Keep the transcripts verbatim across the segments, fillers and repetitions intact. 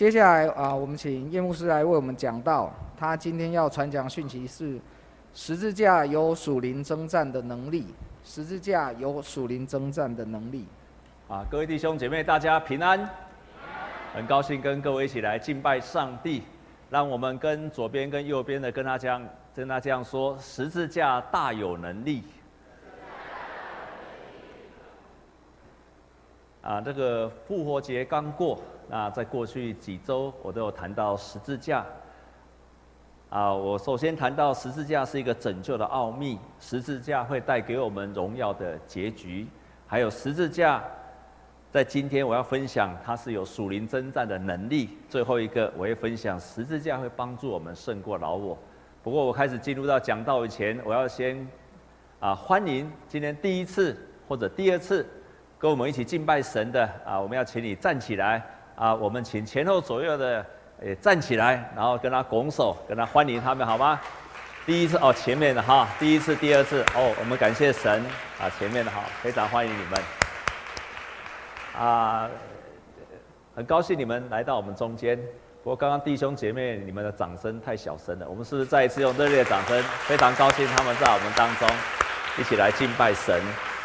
接下来啊，我们请叶牧师来为我们讲道。他今天要传讲讯息是：十字架有属灵征战的能力。十字架有属灵征战的能力。 啊，各位弟兄姐妹，大家平安。很高兴跟各位一起来敬拜上帝。让我们跟左边跟右边的跟他这样跟他这样说：十字架大有能力。啊，这个复活节刚过，那在过去几周我都有谈到十字架。啊，我首先谈到十字架是一个拯救的奥秘，十字架会带给我们荣耀的结局，还有十字架在今天我要分享它是有属灵征战的能力。最后一个我会分享十字架会帮助我们胜过老我。不过我开始进入到讲道以前，我要先啊欢迎今天第一次或者第二次跟我们一起敬拜神的啊，我们要请你站起来啊，我们请前后左右的也站起来，然后跟他拱手，跟他欢迎他们，好吗？第一次哦，前面的哈，第一次、第二次哦，我们感谢神啊，前面的好，非常欢迎你们啊，很高兴你们来到我们中间。不过刚刚弟兄姐妹你们的掌声太小声了，我们是不是再一次用热烈的掌声？非常高兴他们在我们当中一起来敬拜神。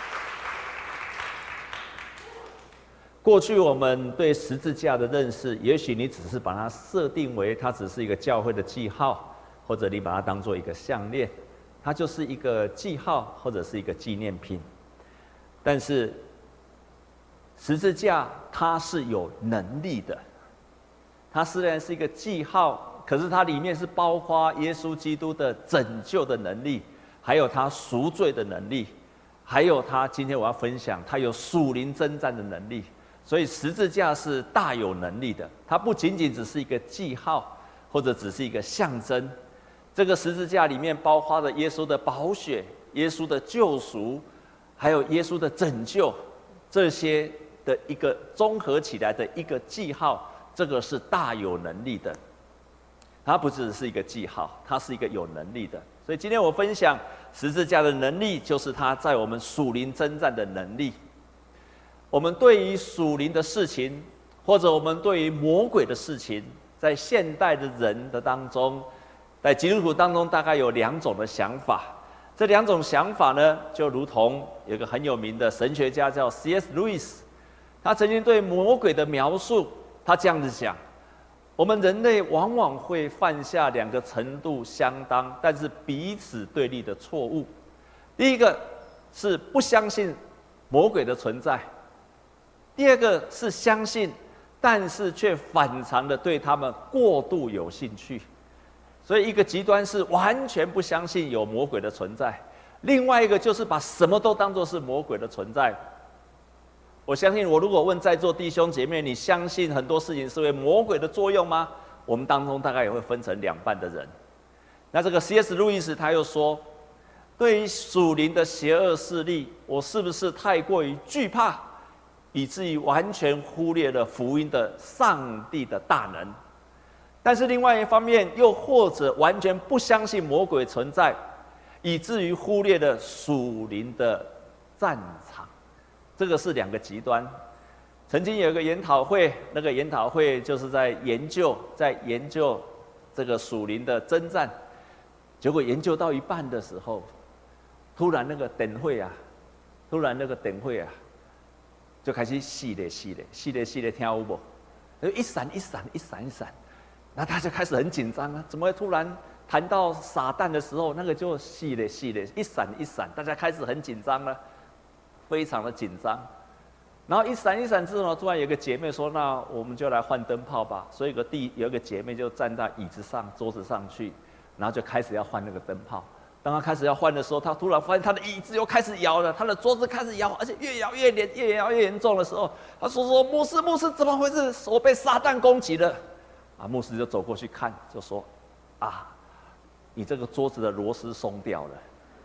过去我们对十字架的认识，也许你只是把它设定为它只是一个教会的记号，或者你把它当作一个项链，它就是一个记号或者是一个纪念品。但是十字架它是有能力的，它虽然是一个记号，可是它里面是包括耶稣基督的拯救的能力，还有他赎罪的能力，还有他今天我要分享他有属灵征战的能力。所以十字架是大有能力的，它不仅仅只是一个记号，或者只是一个象征。这个十字架里面包括了耶稣的宝血、耶稣的救赎，还有耶稣的拯救，这些的一个综合起来的一个记号，这个是大有能力的。它不只是一个记号，它是一个有能力的。所以今天我分享十字架的能力，就是它在我们属灵征战的能力。我们对于属灵的事情，或者我们对于魔鬼的事情，在现代的人的当中，在基督徒当中大概有两种的想法。这两种想法呢，就如同有一个很有名的神学家叫 C S Lewis， 他曾经对魔鬼的描述，他这样子讲：我们人类往往会犯下两个程度相当，但是彼此对立的错误。第一个是不相信魔鬼的存在。第二个是相信，但是却反常的对他们过度有兴趣。所以一个极端是完全不相信有魔鬼的存在，另外一个就是把什么都当作是魔鬼的存在。我相信，我如果问在座弟兄姐妹，你相信很多事情是为魔鬼的作用吗？我们当中大概也会分成两半的人。那这个 C S 路易斯他又说，对于属灵的邪恶势力，我是不是太过于惧怕，以至于完全忽略了福音的上帝的大能？但是另外一方面，又或者完全不相信魔鬼存在，以至于忽略了属灵的战场。这个是两个极端。曾经有一个研讨会，那个研讨会就是在研究，在研究这个属灵的征战。结果研究到一半的时候，突然那个等会啊，突然那个等会啊，就开始系列系列系列系列跳舞不？一闪一闪一闪一闪，那他就开始很紧张啊！怎么会突然谈到撒旦的时候，那个就系列系列一闪一闪，大家开始很紧张了，非常的紧张。然后一闪一闪之后，突然有个姐妹说：“那我们就来换灯泡吧。”所以有个弟有一个姐妹就站在椅子上、桌子上去，然后就开始要换那个灯泡。当他开始要换的时候，他突然发现他的椅子又开始摇了，他的桌子开始摇，而且越摇越严，越摇越严重的时候，他说：“说牧师，牧师，怎么回事？我被撒旦攻击了。”啊，牧师就走过去看，就说：“啊，你这个桌子的螺丝松掉了。”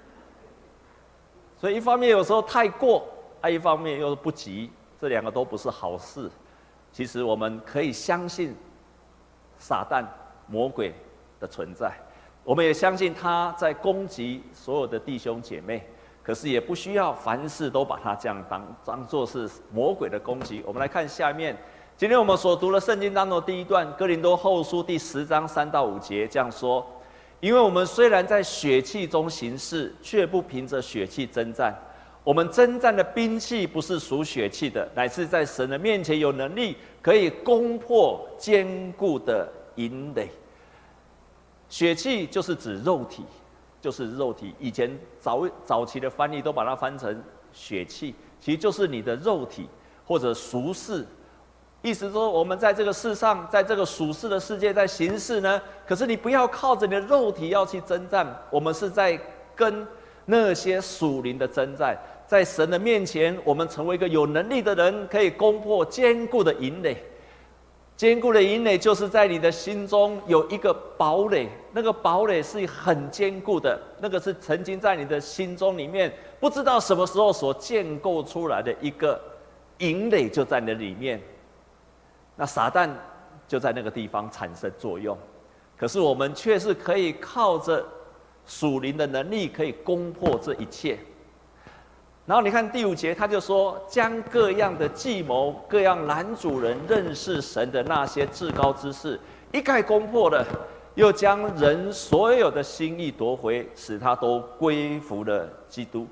所以一方面有时候太过。啊，一方面又不急，这两个都不是好事。其实我们可以相信撒旦、魔鬼的存在，我们也相信他在攻击所有的弟兄姐妹。可是也不需要凡事都把它这样当当作是魔鬼的攻击。我们来看下面今天我们所读的圣经当中的第一段，哥林多后书第十章三到五节这样说：因为我们虽然在血气中行事，却不凭着血气征战。我们征战的兵器不是属血气的，乃是在神的面前有能力，可以攻破坚固的营垒。血气就是指肉体，就是肉体。以前早早期的翻译都把它翻成血气，其实就是你的肉体或者俗世。意思说，我们在这个世上，在这个属世的世界在行事呢，可是你不要靠着你的肉体要去征战，我们是在跟那些属灵的征战。在神的面前，我们成为一个有能力的人，可以攻破坚固的营垒。坚固的营垒就是在你的心中有一个堡垒，那个堡垒是很坚固的，那个是曾经在你的心中里面不知道什么时候所建构出来的一个营垒，就在你的里面。那撒旦就在那个地方产生作用，可是我们却是可以靠着属灵的能力，可以攻破这一切。然后你看第五节，他就说，将各样的计谋、各样拦阻人认识神的那些至高之事一概攻破了，又将人所有的心意夺回，使他都归服了基督。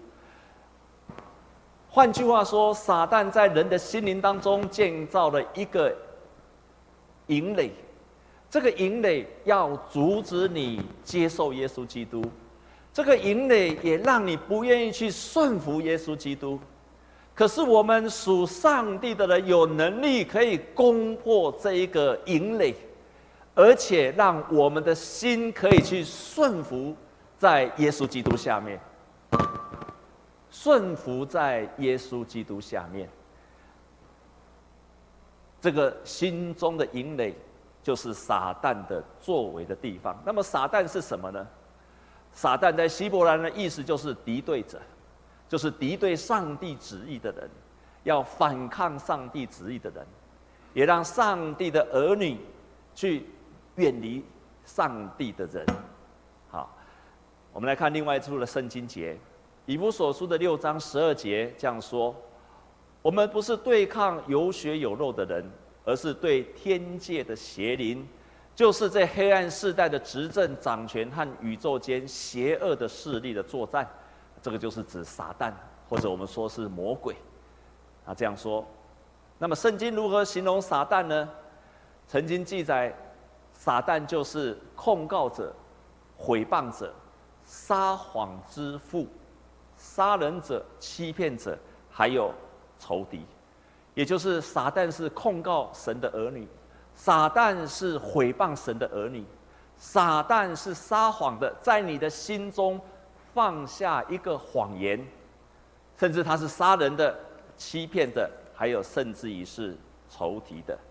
换句话说，撒旦在人的心灵当中建造了一个营垒，这个营垒要阻止你接受耶稣基督，这个营垒也让你不愿意去顺服耶稣基督。可是我们属上帝的人有能力可以攻破这一个营垒，而且让我们的心可以去顺服在耶稣基督下面，顺服在耶稣基督下面。这个心中的营垒，就是撒旦的作为的地方。那么撒旦是什么呢？撒旦在希伯来的意思就是敌对者，就是敌对上帝旨意的人，要反抗上帝旨意的人，也让上帝的儿女去远离上帝的人。好，我们来看另外一处的圣经节，以弗所书的六章十二节这样说：我们不是对抗有血有肉的人，而是对天界的邪灵，就是这黑暗世代的执政掌权和宇宙间邪恶的势力的作战。这个就是指撒旦，或者我们说是魔鬼。啊，这样说。那么圣经如何形容撒旦呢？曾经记载，撒旦就是控告者、毁谤者、撒谎之父、杀人者、欺骗者，还有仇敌。也就是撒旦是控告神的儿女，撒旦是毁谤神的儿女，撒旦是撒谎的，在你的心中放下一个谎言，甚至他是杀人的、欺骗的，还有甚至于是仇敌的。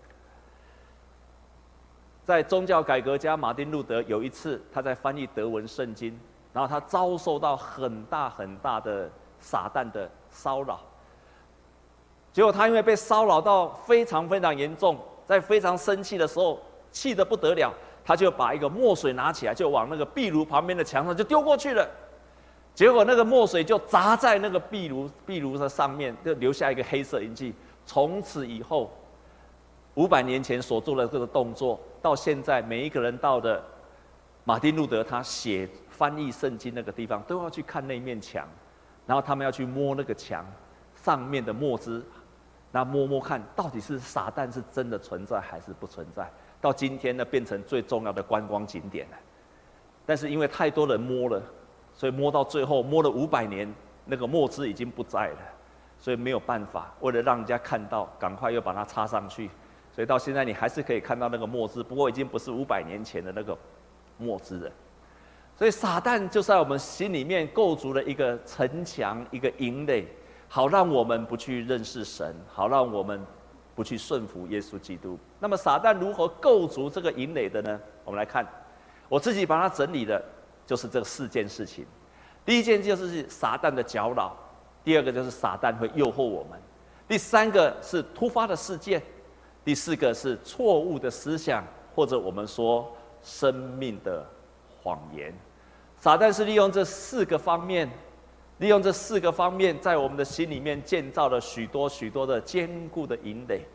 在宗教改革家马丁路德有一次，他在翻译德文圣经，然后他遭受到很大很大的撒旦的骚扰。结果他因为被骚扰到非常非常严重，在非常生气的时候，气得不得了，他就把一个墨水拿起来，就往那个壁炉旁边的墙上就丢过去了。结果那个墨水就砸在那个壁炉壁炉的上面，就留下一个黑色印记。从此以后，五百年前所做的这个动作，到现在每一个人到的马丁路德他写翻译圣经那个地方，都要去看那面墙，然后他们要去摸那个墙上面的墨汁。那摸摸看，到底是撒旦是真的存在还是不存在？到今天呢，变成最重要的观光景点了。但是因为太多人摸了，所以摸到最后，摸了五百年，那个墨汁已经不在了，所以没有办法，为了让人家看到，赶快又把它插上去。所以到现在你还是可以看到那个墨汁，不过已经不是五百年前的那个墨汁了。所以撒旦就在我们心里面构筑了一个城墙，一个营垒。好让我们不去认识神，好让我们不去顺服耶稣基督。那么撒旦如何构筑这个营垒的呢？我们来看，我自己把它整理的，就是这四件事情。第一件就是撒旦的搅扰，第二个就是撒旦会诱惑我们，第三个是突发的事件，第四个是错误的思想，或者我们说生命的谎言。撒旦是利用这四个方面。利用这四个方面，在我们的心里面建造了许多许多的坚固的营垒，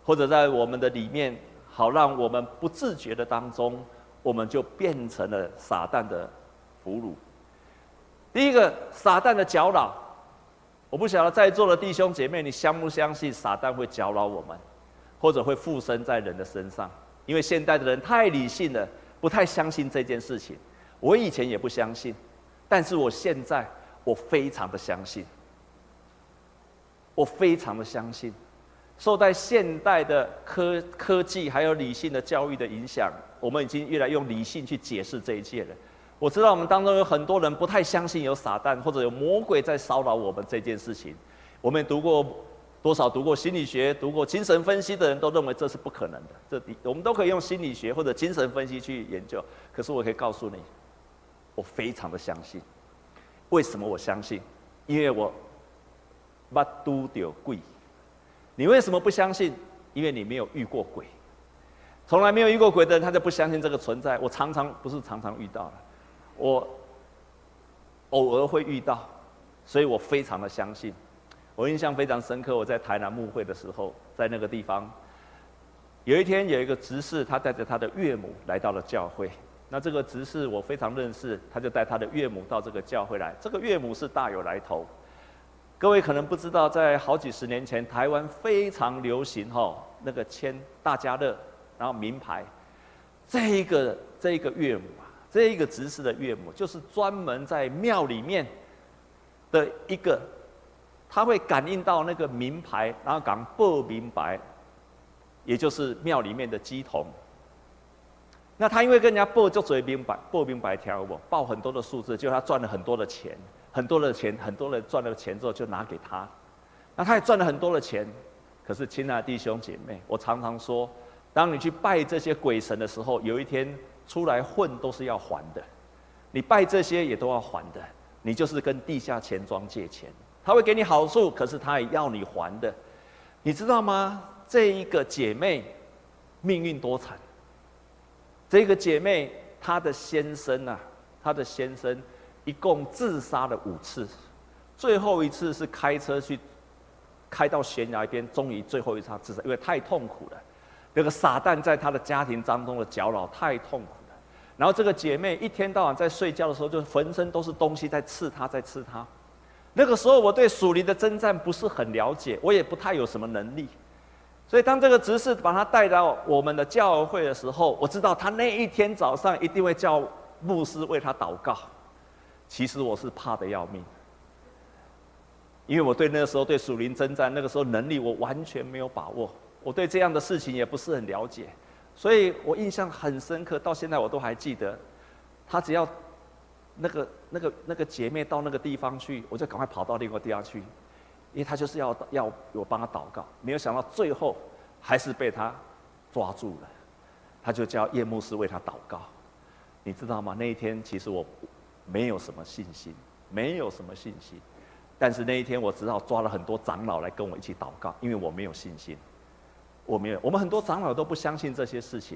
或者在我们的里面，好让我们不自觉的当中，我们就变成了撒旦的俘虏。第一个，撒旦的搅扰，我不晓得在座的弟兄姐妹，你相不相信撒旦会搅扰我们，或者会附身在人的身上？因为现代的人太理性了，不太相信这件事情。我以前也不相信，但是我现在我非常的相信，我非常的相信。受到现代的科科技还有理性的教育的影响，我们已经越来用理性去解释这一切了。我知道我们当中有很多人不太相信有撒旦或者有魔鬼在骚扰我们这件事情。我们读过多少读过心理学、读过精神分析的人都认为这是不可能的。这我们都可以用心理学或者精神分析去研究。可是我可以告诉你，我非常的相信。为什么我相信？因为我捌拄到鬼。你为什么不相信？因为你没有遇过鬼。从来没有遇过鬼的人，他就不相信这个存在。我常常不是常常遇到了，我偶尔会遇到，所以我非常的相信。我印象非常深刻，我在台南牧会的时候，在那个地方，有一天有一个执事，他带着他的岳母来到了教会。那这个执事我非常认识，他就带他的岳母到这个教会来。这个岳母是大有来头。各位可能不知道，在好几十年前，台湾非常流行哈那个签大家乐，然后名牌。这一个这一个岳母啊，这一个执事的岳母，就是专门在庙里面的一个，他会感应到那个名牌，然后讲报明白，也就是庙里面的乩童。那他因为跟人家报就嘴明白，报明白条不报很多的数字，就他赚了很多的钱。很多的钱，很多人赚了钱之后就拿给他，那他也赚了很多的钱。可是，亲爱的弟兄姐妹，我常常说，当你去拜这些鬼神的时候，有一天出来混都是要还的。你拜这些也都要还的，你就是跟地下钱庄借钱，他会给你好处，可是他也要你还的。你知道吗？这一个姐妹命运多惨。这个姐妹她的先生啊，她的先生。一共自杀了五次，最后一次是开车去，开到悬崖边，终于最后一次他自杀，因为太痛苦了。那个撒旦在他的家庭当中的搅扰太痛苦了。然后这个姐妹一天到晚在睡觉的时候，就浑身都是东西在刺她，在刺她。那个时候我对属灵的征战不是很了解，我也不太有什么能力。所以当这个执事把她带到我们的教会的时候，我知道他那一天早上一定会叫牧师为她祷告。其实我是怕得要命，因为我对那个时候对属灵征战那个时候能力我完全没有把握，我对这样的事情也不是很了解，所以我印象很深刻，到现在我都还记得。他只要那个那个那个姐妹到那个地方去，我就赶快跑到另外地方去，因为他就是要要我帮他祷告。没有想到最后还是被他抓住了，他就叫叶牧师为他祷告。你知道吗？那一天其实我没有什么信心，没有什么信心，但是那一天我只好抓了很多长老来跟我一起祷告，因为我没有信心，我没有，我们很多长老都不相信这些事情，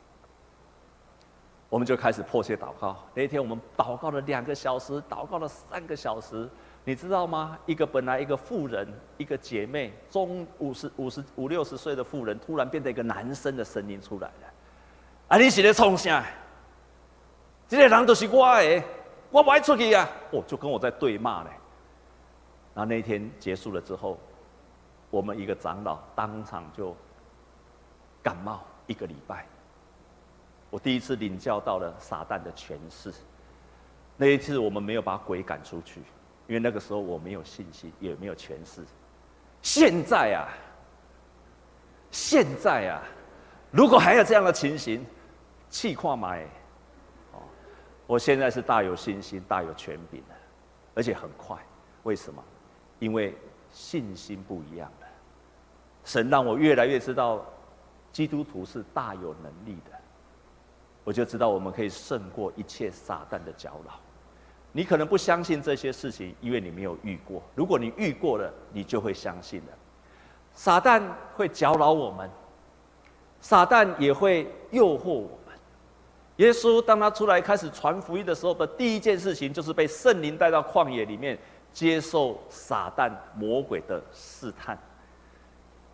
我们就开始迫切祷告。那一天我们祷告了两个小时，祷告了三个小时，你知道吗？一个本来一个妇人，一个姐妹，中五十五十五六十岁的妇人，突然变成一个男生的声音出来了。啊，你是在冲啥？这个人就是我的。我不爱出去啊！哦，就跟我在对骂嘞。然后那一天结束了之后，我们一个长老当场就感冒一个礼拜。我第一次领教到了撒旦的权势。那一次我们没有把鬼赶出去，因为那个时候我没有信心，也没有权势。现在啊，现在啊，如果还有这样的情形，气跨买。我现在是大有信心、大有权柄的，而且很快。为什么？因为信心不一样了。神让我越来越知道，基督徒是大有能力的。我就知道我们可以胜过一切撒旦的搅扰。你可能不相信这些事情，因为你没有遇过。如果你遇过了，你就会相信了。撒旦会搅扰我们，撒旦也会诱惑我们。耶稣当他出来开始传福音的时候的第一件事情，就是被圣灵带到旷野里面，接受撒旦魔鬼的试探。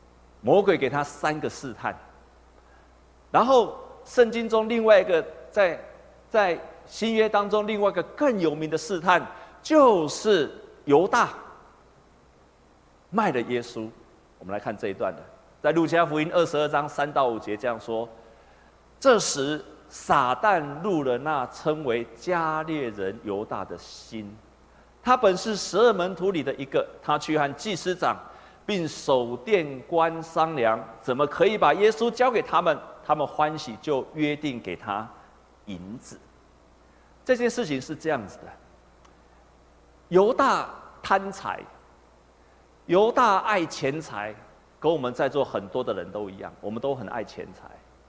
魔鬼给他三个试探。然后圣经中另外一个在在新约当中另外一个更有名的试探，就是犹大卖了耶稣。我们来看这一段的，在路加福音二十二章三到五节这样说：这时撒旦入了那称为加略人犹大的心，他本是十二门徒里的一个，他去和祭司长并守殿官商量，怎么可以把耶稣交给他们。他们欢喜，就约定给他银子。这件事情是这样子的：犹大贪财，犹大爱钱财，跟我们在座很多的人都一样，我们都很爱钱财。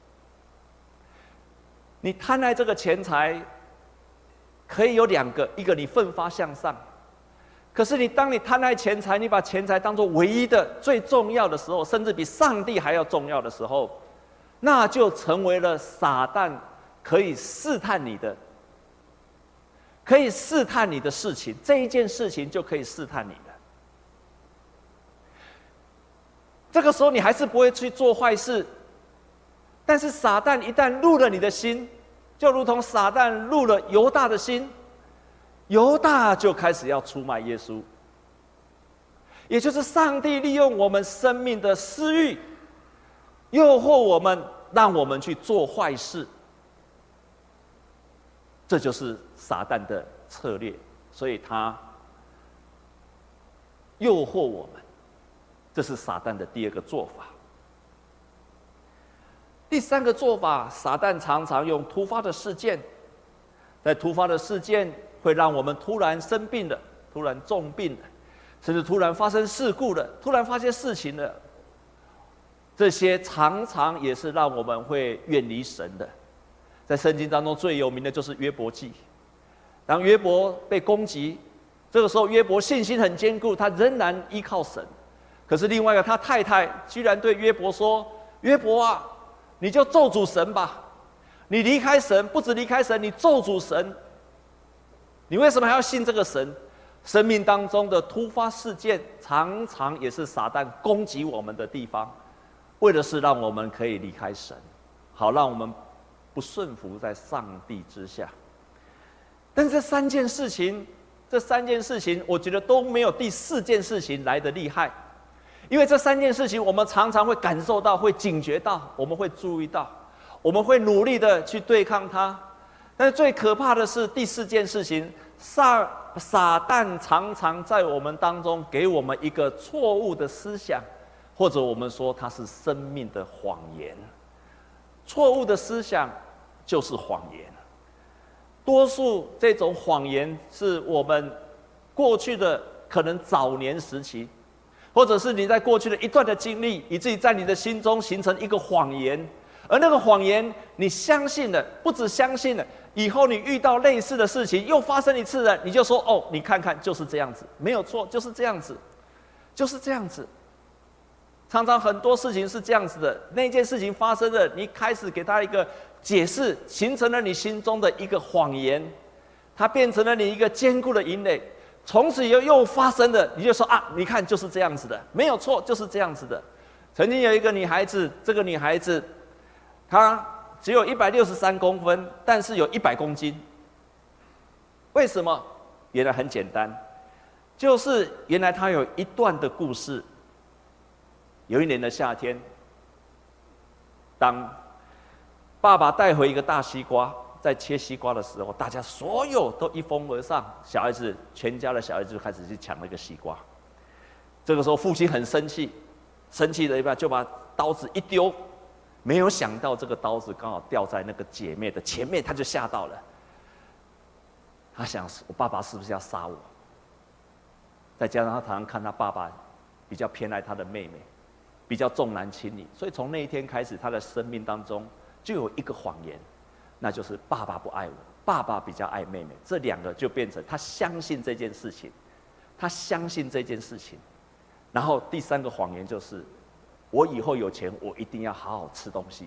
你贪爱这个钱财，可以有两个：一个你奋发向上，可是你当你贪爱钱财，你把钱财当作唯一的、最重要的时候，甚至比上帝还要重要的时候，那就成为了撒旦可以试探你的、可以试探你的事情。这一件事情就可以试探你了。这个时候你还是不会去做坏事，但是撒旦一旦入了你的心，就如同撒旦入了犹大的心，犹大就开始要出卖耶稣。也就是上帝利用我们生命的私欲，诱惑我们，让我们去做坏事。这就是撒旦的策略，所以他诱惑我们，这是撒旦的第二个做法。第三个做法，撒旦常常用突发的事件，在突发的事件会让我们突然生病了，突然重病了，甚至突然发生事故了，突然发生事情了。这些常常也是让我们会远离神的。在圣经当中最有名的就是约伯记。当约伯被攻击，这个时候约伯信心很坚固，他仍然依靠神。可是另外一个他太太居然对约伯说：约伯啊，你就咒诅神吧，你离开神，不止离开神，你咒诅神，你为什么还要信这个神？生命当中的突发事件常常也是撒旦攻击我们的地方，为的是让我们可以离开神，好让我们不顺服在上帝之下。但是这三件事情，这三件事情，我觉得都没有第四件事情来得厉害。因为这三件事情，我们常常会感受到，会警觉到，我们会注意到，我们会努力的去对抗它。但是最可怕的是第四件事情，撒撒旦常常在我们当中给我们一个错误的思想，或者我们说它是生命的谎言。错误的思想就是谎言。多数这种谎言是我们过去的可能早年时期，或者是你在过去的一段的经历，以至于在你的心中形成一个谎言，而那个谎言你相信了，不只相信了，以后你遇到类似的事情又发生一次了，你就说：哦，你看看，就是这样子，没有错，就是这样子，就是这样子。常常很多事情是这样子的，那件事情发生了，你开始给他一个解释，形成了你心中的一个谎言，它变成了你一个坚固的营垒。从此以后又发生了，你就说：啊，你看就是这样子的，没有错，就是这样子的。曾经有一个女孩子，这个女孩子她只有一百六十三公分，但是有一百公斤。为什么？原来很简单，就是原来她有一段的故事。有一年的夏天，当爸爸带回一个大西瓜，在切西瓜的时候，大家所有都一拥而上，小孩子全家的小孩子就开始去抢那个西瓜。这个时候父亲很生气，生气的一半就把刀子一丢，没有想到这个刀子刚好掉在那个姐妹的前面，他就吓到了。他想：我爸爸是不是要杀我？再加上他常常看他爸爸比较偏爱他的妹妹，比较重男轻女，所以从那一天开始，他的生命当中就有一个谎言，那就是爸爸不爱我，爸爸比较爱妹妹。这两个就变成他相信这件事情，他相信这件事情。然后第三个谎言就是：我以后有钱，我一定要好好吃东西。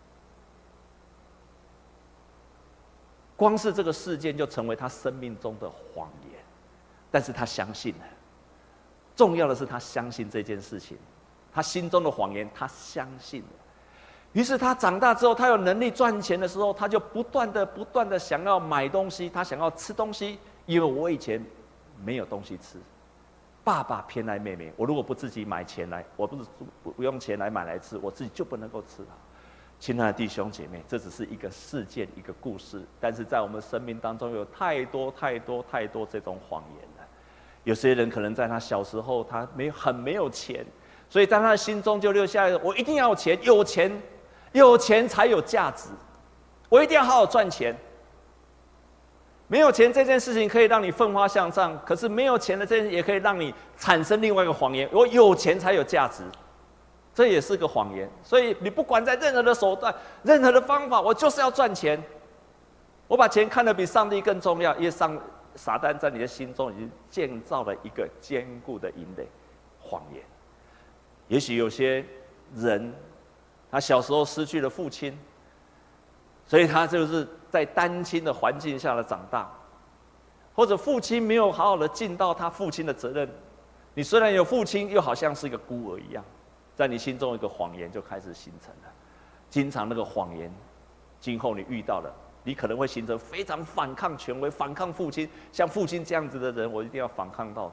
光是这个事件就成为他生命中的谎言，但是他相信了。重要的是他相信这件事情， 他心中的谎言，他相信了。于是他长大之后，他有能力赚钱的时候，他就不断的、不断的想要买东西，他想要吃东西，因为我以前没有东西吃，爸爸偏爱妹妹，我如果不自己买钱来，我不是不用钱来买来吃，我自己就不能够吃它。亲爱的弟兄姐妹，这只是一个事件、一个故事，但是在我们生命当中有太多、太多、太多这种谎言了。有些人可能在他小时候，他没很没有钱，所以在他的心中就留下来：我一定要有钱，有钱。有钱才有价值，我一定要好好赚钱。没有钱这件事情可以让你奋发向上，可是没有钱的这件事也可以让你产生另外一个谎言：我有钱才有价值，这也是个谎言。所以你不管在任何的手段、任何的方法，我就是要赚钱。我把钱看得比上帝更重要，因为上撒旦在你的心中已经建造了一个坚固的营垒，谎言。也许有些人，他小时候失去了父亲，所以他就是在单亲的环境下的长大，或者父亲没有好好的尽到他父亲的责任。你虽然有父亲，又好像是一个孤儿一样，在你心中一个谎言就开始形成了。经常那个谎言，今后你遇到了，你可能会形成非常反抗权威、反抗父亲。像父亲这样子的人，我一定要反抗到底。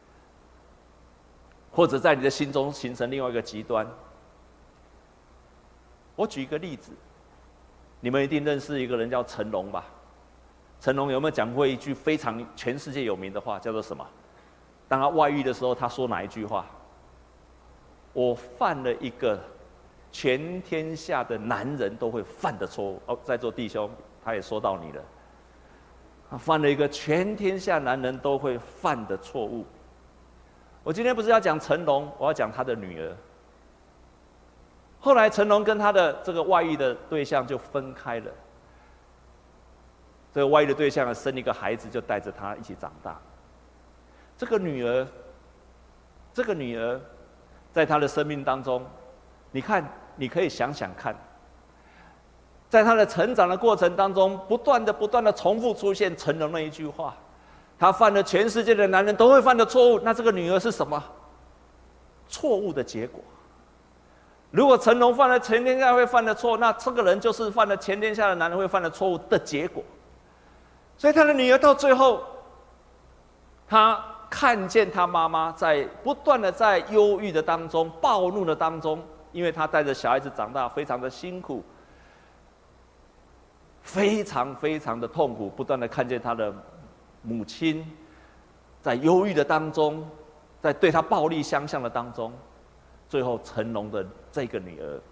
或者在你的心中形成另外一个极端。我举一个例子，你们一定认识一个人叫成龙吧？成龙有没有讲过一句非常全世界有名的话，叫做什么？当他外遇的时候，他说哪一句话？我犯了一个全天下的男人都会犯的错误。哦，在座弟兄，他也说到你了。他犯了一个全天下男人都会犯的错误。我今天不是要讲成龙，我要讲他的女儿。后来成龙跟他的这个外遇的对象就分开了。这个外遇的对象生一个孩子，就带着他一起长大。这个女儿，这个女儿，在他的生命当中，你看，你可以想想看，在他的成长的过程当中，不断的、不断的重复出现成龙那一句话：他犯了全世界的男人都会犯的错误。那这个女儿是什么？错误的结果。如果成龙犯了全天下会犯的错，那这个人就是犯了全天下的男人会犯的错误的结果。所以他的女儿到最后，他看见他妈妈在不断的在忧郁的当中、暴怒的当中，因为他带着小孩子长大，非常的辛苦，非常非常的痛苦，不断的看见他的母亲在忧郁的当中，在对他暴力相向的当中。最后，成龙的这个女儿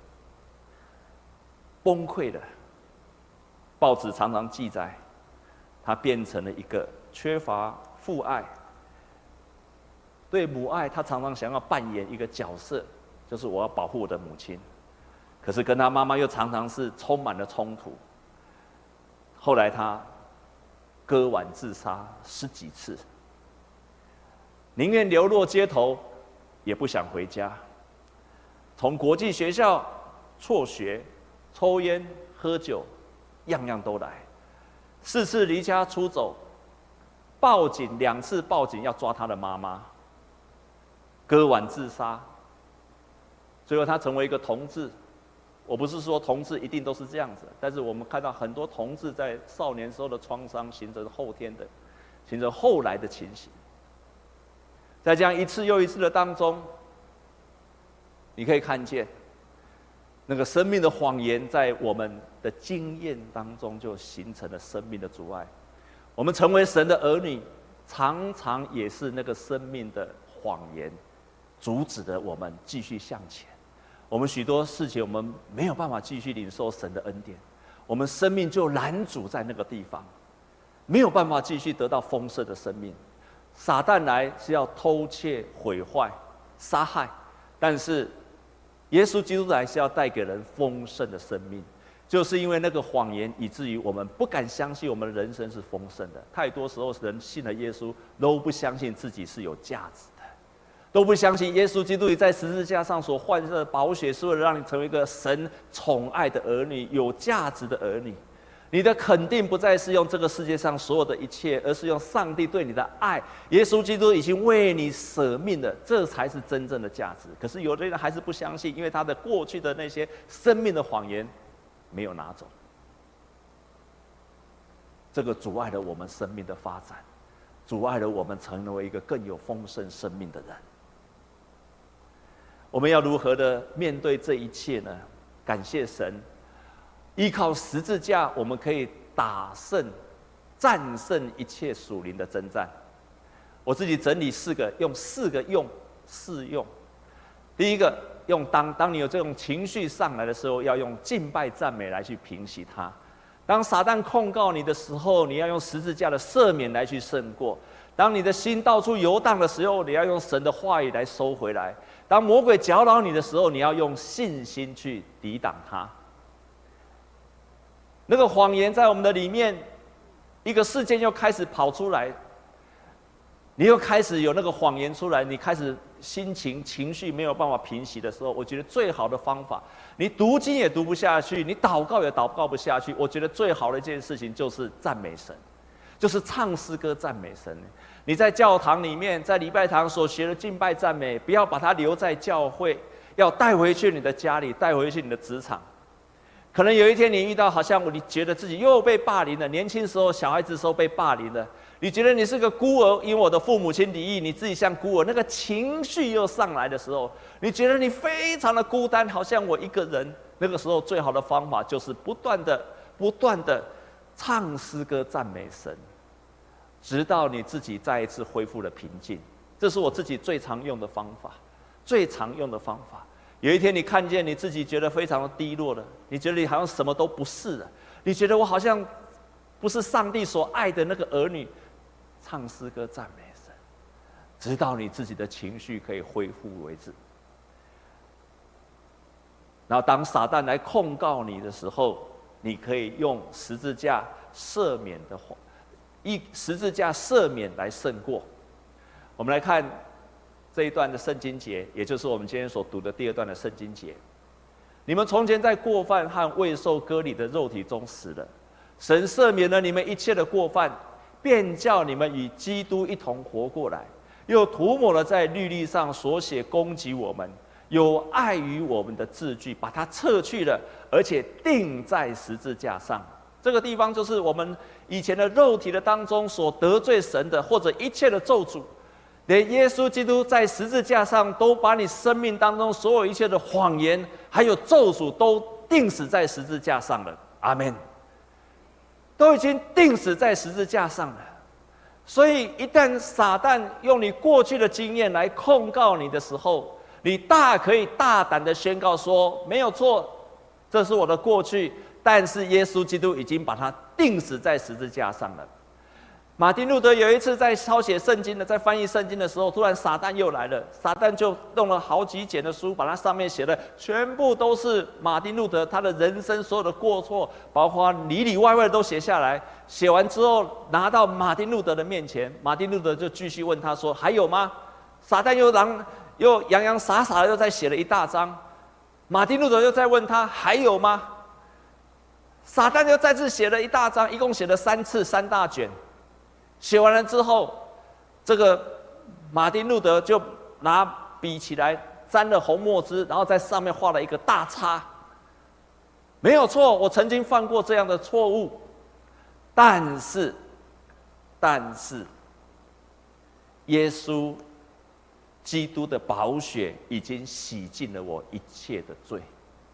崩溃了。报纸常常记载，她变成了一个缺乏父爱、对母爱，她常常想要扮演一个角色，就是我要保护我的母亲。可是跟她妈妈又常常是充满了冲突。后来她割腕自杀十几次，宁愿流落街头，也不想回家。从国际学校辍学、抽烟、喝酒，样样都来。四次离家出走，报警两次报警要抓他的妈妈，割腕自杀。最后他成为一个同志。我不是说同志一定都是这样子，但是我们看到很多同志在少年时候的创伤，形成后天的、形成后来的情形。在这样一次又一次的当中，你可以看见，那个生命的谎言在我们的经验当中就形成了生命的阻碍。我们成为神的儿女，常常也是那个生命的谎言，阻止了我们继续向前。我们许多事情，我们没有办法继续领受神的恩典，我们生命就拦阻在那个地方，没有办法继续得到丰盛的生命。撒旦来是要偷窃、毁坏、杀害，但是耶稣基督来是要带给人丰盛的生命。就是因为那个谎言，以至于我们不敢相信我们的人生是丰盛的。太多时候，人信了耶稣，都不相信自己是有价值的，都不相信耶稣基督在十字架上所换的宝血，是为了让你成为一个神宠爱的儿女、有价值的儿女。 你的肯定不再是用这个世界上所有的一切，而是用上帝对你的爱。耶稣基督已经为你舍命了，这才是真正的价值。可是有的人还是不相信，因为他的过去的那些生命的谎言没有拿走，这个阻碍了我们生命的发展，阻碍了我们成为一个更有丰盛生命的人。我们要如何的面对这一切呢？感谢神，依靠十字架，我们可以打胜、战胜一切属灵的征战。我自己整理四个，用四个用适用。第一个，用当当你有这种情绪上来的时候，要用敬拜赞美来去平息它。当撒旦控告你的时候，你要用十字架的赦免来去胜过。当你的心到处游荡的时候，你要用神的话语来收回来。当魔鬼搅扰你的时候，你要用信心去抵挡它。那个谎言在我们的里面，一个事件又开始跑出来，你又开始有那个谎言出来，你开始心情情绪没有办法平息的时候，我觉得最好的方法，你读经也读不下去，你祷告也祷告不下去，我觉得最好的一件事情就是赞美神，就是唱诗歌赞美神。你在教堂里面，在礼拜堂所学的敬拜赞美，不要把它留在教会，要带回去你的家里，带回去你的职场。可能有一天你遇到好像你觉得自己又被霸凌了，年轻时候小孩子时候被霸凌了，你觉得你是个孤儿，因为我的父母亲离异，你自己像孤儿，那个情绪又上来的时候，你觉得你非常的孤单，好像我一个人。那个时候最好的方法就是不断的、不断的唱诗歌赞美神，直到你自己再一次恢复了平静。这是我自己最常用的方法，最常用的方法。有一天你看见你自己觉得非常的低落了，你觉得你好像什么都不是了，你觉得我好像不是上帝所爱的那个儿女，唱诗歌赞美神，直到你自己的情绪可以恢复为止。然后当撒旦来控告你的时候，你可以用十字架赦免的话，以十字架赦免来胜过。我们来看这一段的圣经节，也就是我们今天所读的第二段的圣经节。你们从前在过犯和未受割礼的肉体中死了，神赦免了你们一切的过犯，便叫你们与基督一同活过来，又涂抹了在律例上所写攻击我们、有碍于我们的字句，把它撤去了，而且钉在十字架上。这个地方就是我们以前的肉体的当中所得罪神的，或者一切的咒诅。连耶稣基督在十字架上都把你生命当中所有一切的谎言还有咒诅都钉死在十字架上了。阿们。都已经钉死在十字架上了。所以一旦撒旦用你过去的经验来控告你的时候，你大可以大胆的宣告说，没有错，这是我的过去，但是耶稣基督已经把它钉死在十字架上了。马丁路德有一次在抄写圣经的，在翻译圣经的时候，突然撒旦又来了。撒旦就弄了好几卷的书，把它上面写的全部都是马丁路德他的人生所有的过错，包括里里外外都写下来。写完之后拿到马丁路德的面前，马丁路德就继续问他说：“还有吗？”撒旦又让又洋洋洒洒的又再写了一大章。马丁路德又再问他：“还有吗？”撒旦又再次写了一大章，一共写了三次，三大卷。写完了之后，这个马丁路德就拿笔起来沾了红墨汁，然后在上面画了一个大叉。没有错，我曾经犯过这样的错误，但是，但是，耶稣基督的宝血已经洗净了我一切的罪。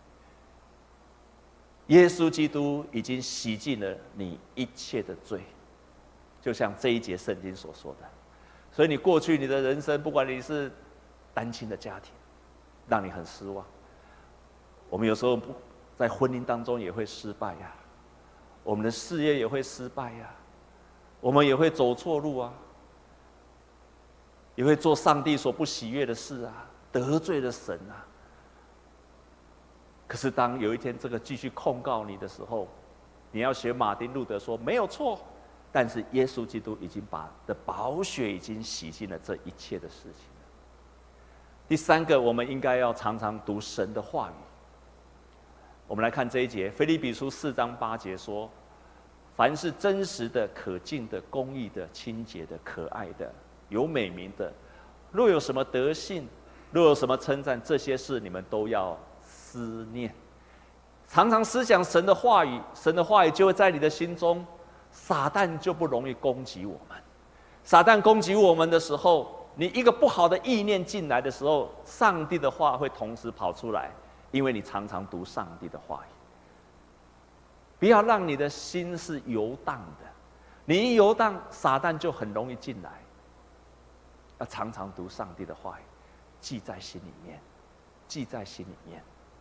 耶稣基督已经洗净了你一切的罪。就像这一节圣经所说的，所以你过去你的人生，不管你是单亲的家庭，让你很失望。我们有时候不在婚姻当中也会失败呀，我们的事业也会失败呀，我们也会走错路啊，也会做上帝所不喜悦的事啊，得罪了神啊。可是当有一天这个继续控告你的时候，你要学马丁路德说，没有错。但是耶稣基督已经把的宝血已经洗净了这一切的事情。第三个，我们应该要常常读神的话语。我们来看这一节，腓立比书四章八节说：“ 凡是真实的、可敬的、公义的、清洁的、可爱的、有美名的，若有什么德性，若有什么称赞，这些事你们都要思念。常常思想神的话语，神的话语就会在你的心中，撒旦就不容易攻击我们。撒旦攻击我们的时候，你一个不好的意念进来的时候，上帝的话会同时跑出来，因为你常常读上帝的话语。不要让你的心是游荡的，你一游荡，撒旦就很容易进来。要常常读上帝的话语，记在心里面，记在心里面。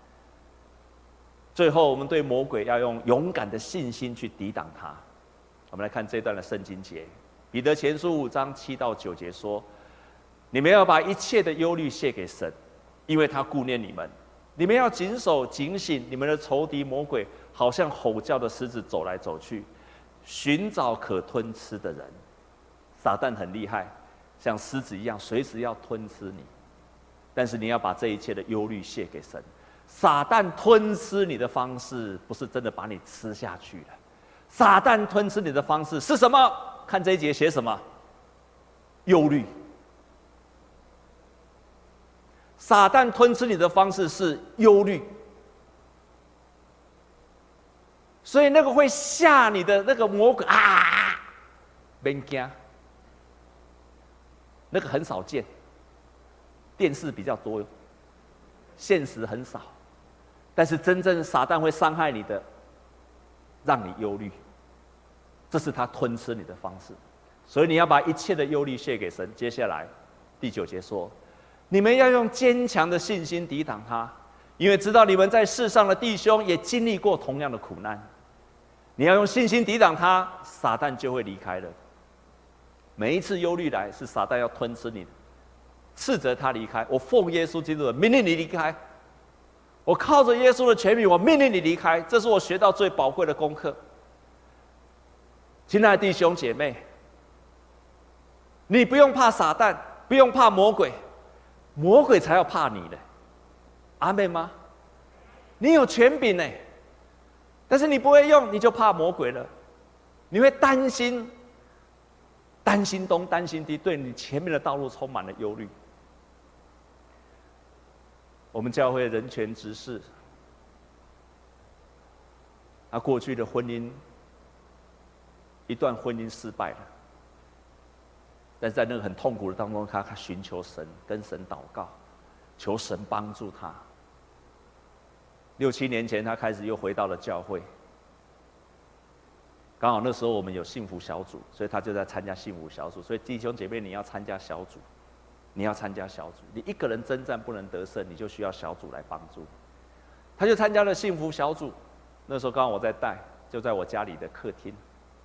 最后，我们对魔鬼要用勇敢的信心去抵挡他。我们来看这段的圣经节，彼得前书五章七到九节说：“你们要把一切的忧虑卸给神，因为他顾念你们。你们要谨守警醒，你们的仇敌魔鬼好像吼叫的狮子走来走去，寻找可吞吃的人。撒旦很厉害，像狮子一样，随时要吞吃你。但是你要把这一切的忧虑卸给神。撒旦吞吃你的方式，不是真的把你吃下去了。撒旦吞吃你的方式是什么？看这一节写什么？忧虑。撒旦吞吃你的方式是忧虑，所以那个会吓你的那个魔鬼啊，别惊，那个很少见，电视比较多，现实很少。但是真正撒旦会伤害你的，让你忧虑，这是他吞吃你的方式。所以你要把一切的忧虑卸给神。接下来第九节说，你们要用坚强的信心抵挡他，因为知道你们在世上的弟兄也经历过同样的苦难。你要用信心抵挡他，撒旦就会离开了。每一次忧虑来，是撒旦要吞吃你，斥责他离开。我奉耶稣基督的命令你离开，我靠着耶稣的权柄，我命令你离开。这是我学到最宝贵的功课。亲爱的弟兄姐妹，你不用怕撒旦，不用怕魔鬼，魔鬼才要怕你呢。阿们吗？你有权柄呢，但是你不会用，你就怕魔鬼了。你会担心，担心东，担心西，对你前面的道路充满了忧虑。我们教会人权执事，他过去的婚姻，一段婚姻失败了，但是在那个很痛苦的当中，他寻求神，跟神祷告，求神帮助他。六七年前，他开始又回到了教会。刚好那时候我们有幸福小组，所以他就在参加幸福小组。所以弟兄姐妹，你要参加小组，你要参加小组。你一个人征战不能得胜，你就需要小组来帮助。他就参加了幸福小组。那时候刚好我在带，就在我家里的客厅。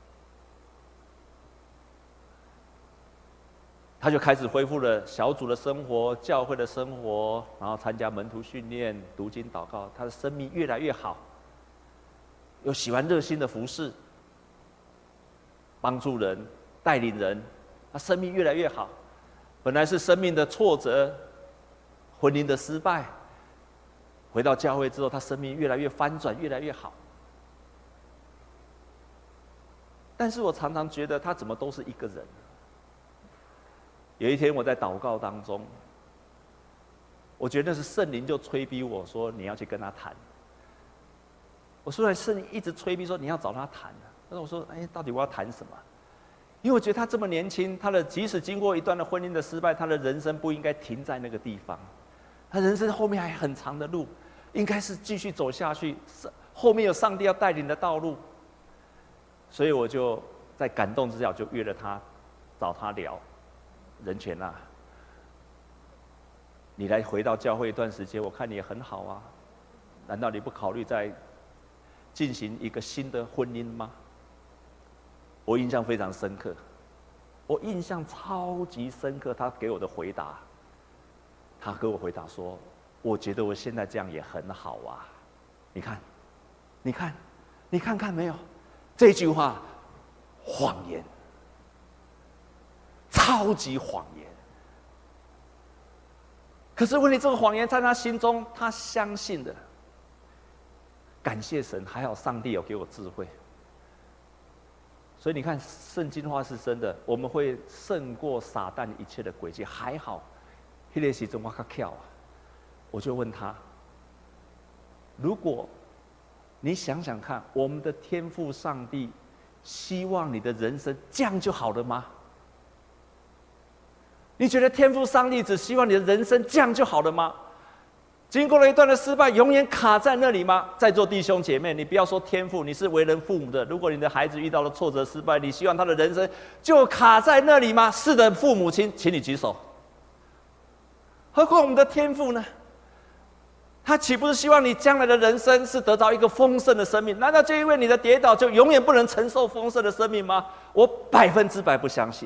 他就开始恢复了小组的生活、教会的生活，然后参加门徒训练、读经祷告。他的生命越来越好，又喜欢热心的服事，帮助人、带领人，他生命越来越好。本来是生命的挫折、婚姻的失败，回到教会之后，他生命越来越翻转，越来越好。但是我常常觉得他怎么都是一个人。有一天我在祷告当中，我觉得是圣灵就催逼我说你要去跟他谈。我虽然圣灵一直催逼说你要找他谈，但是我说哎，到底我要谈什么？因为我觉得他这么年轻，他的即使经过一段的婚姻的失败，他的人生不应该停在那个地方，他人生后面还很长的路，应该是继续走下去，后面有上帝要带领的道路。所以我就在感动之下，就约了他，找他聊。人权啊，你来回到教会一段时间，我看你也很好啊，难道你不考虑再进行一个新的婚姻吗？我印象非常深刻，我印象超级深刻。他给我的回答，他给我回答说：“我觉得我现在这样也很好啊。”你看，你看，你看看没有？这句话，谎言。超级谎言，可是问题，这个谎言在他心中，他相信的。感谢神，还好上帝有给我智慧。 所以你看，圣经话是真的，我们会胜过撒旦一切的诡计。还好，那个时阵我较巧啊，我就问他：如果你想想看，我们的天父上帝希望你的人生这样就好了吗？你觉得天父上帝只希望你的人生这样就好了吗？经过了一段的失败，永远卡在那里吗？在座弟兄姐妹，你不要说天父，你是为人父母的，如果你的孩子遇到了挫折失败，你希望他的人生就卡在那里吗？是的，父母亲，请你举手。何况我们的天父呢？他岂不是希望你将来的人生是得到一个丰盛的生命？难道就因为你的跌倒，就永远不能承受丰盛的生命吗？我百分之百不相信。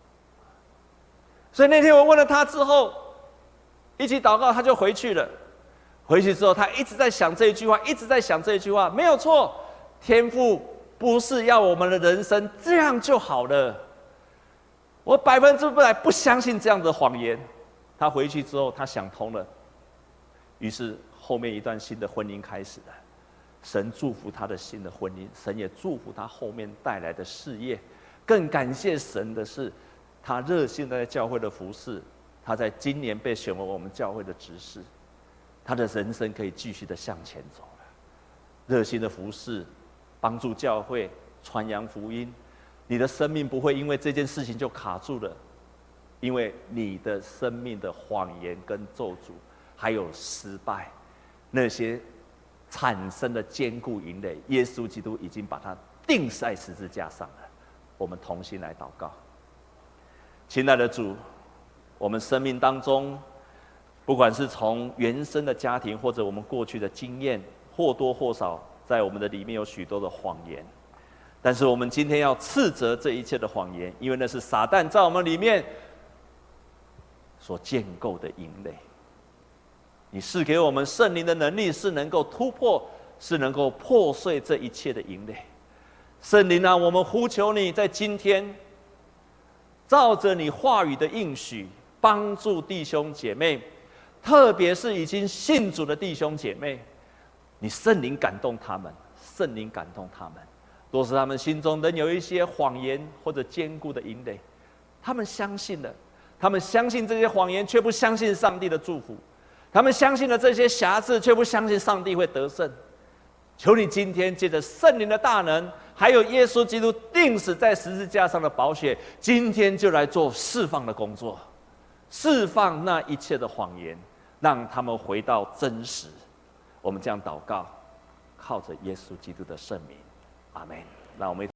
所以那天我问了他之后，一起祷告，他就回去了。回去之后，他一直在想这一句话，一直在想这一句话，没有错。天父不是要我们的人生这样就好了。我百分之百不相信这样的谎言。他回去之后，他想通了，于是后面一段新的婚姻开始了。神祝福他的新的婚姻，神也祝福他后面带来的事业。更感谢神的是，他热心的在教会的服事，他在今年被选为我们教会的执事。他的人生可以继续的向前走了，热心的服事，帮助教会传扬福音，你的生命不会因为这件事情就卡住了，因为你的生命的谎言跟咒诅，还有失败，那些产生的坚固营垒，耶稣基督已经把它钉在十字架上了。我们同心来祷告。亲爱的主，我们生命当中，不管是从原生的家庭，或者我们过去的经验，或多或少在我们的里面有许多的谎言。但是我们今天要斥责这一切的谎言，因为那是撒旦在我们里面所建构的营垒。你赐给我们圣灵的能力，是能够突破，是能够破碎这一切的营垒。圣灵啊，我们呼求你在今天，照着你话语的应许，帮助弟兄姐妹，特别是已经信主的弟兄姐妹，你圣灵感动他们，圣灵感动他们。若是他们心中仍有一些谎言或者坚固的营垒，他们相信了，他们相信这些谎言，却不相信上帝的祝福；他们相信了这些瑕疵，却不相信上帝会得胜。求你今天借着圣灵的大能，还有耶稣基督钉死在十字架上的宝血，今天就来做释放的工作，释放那一切的谎言，让他们回到真实。我们这样祷告，靠着耶稣基督的圣名，阿们。让我们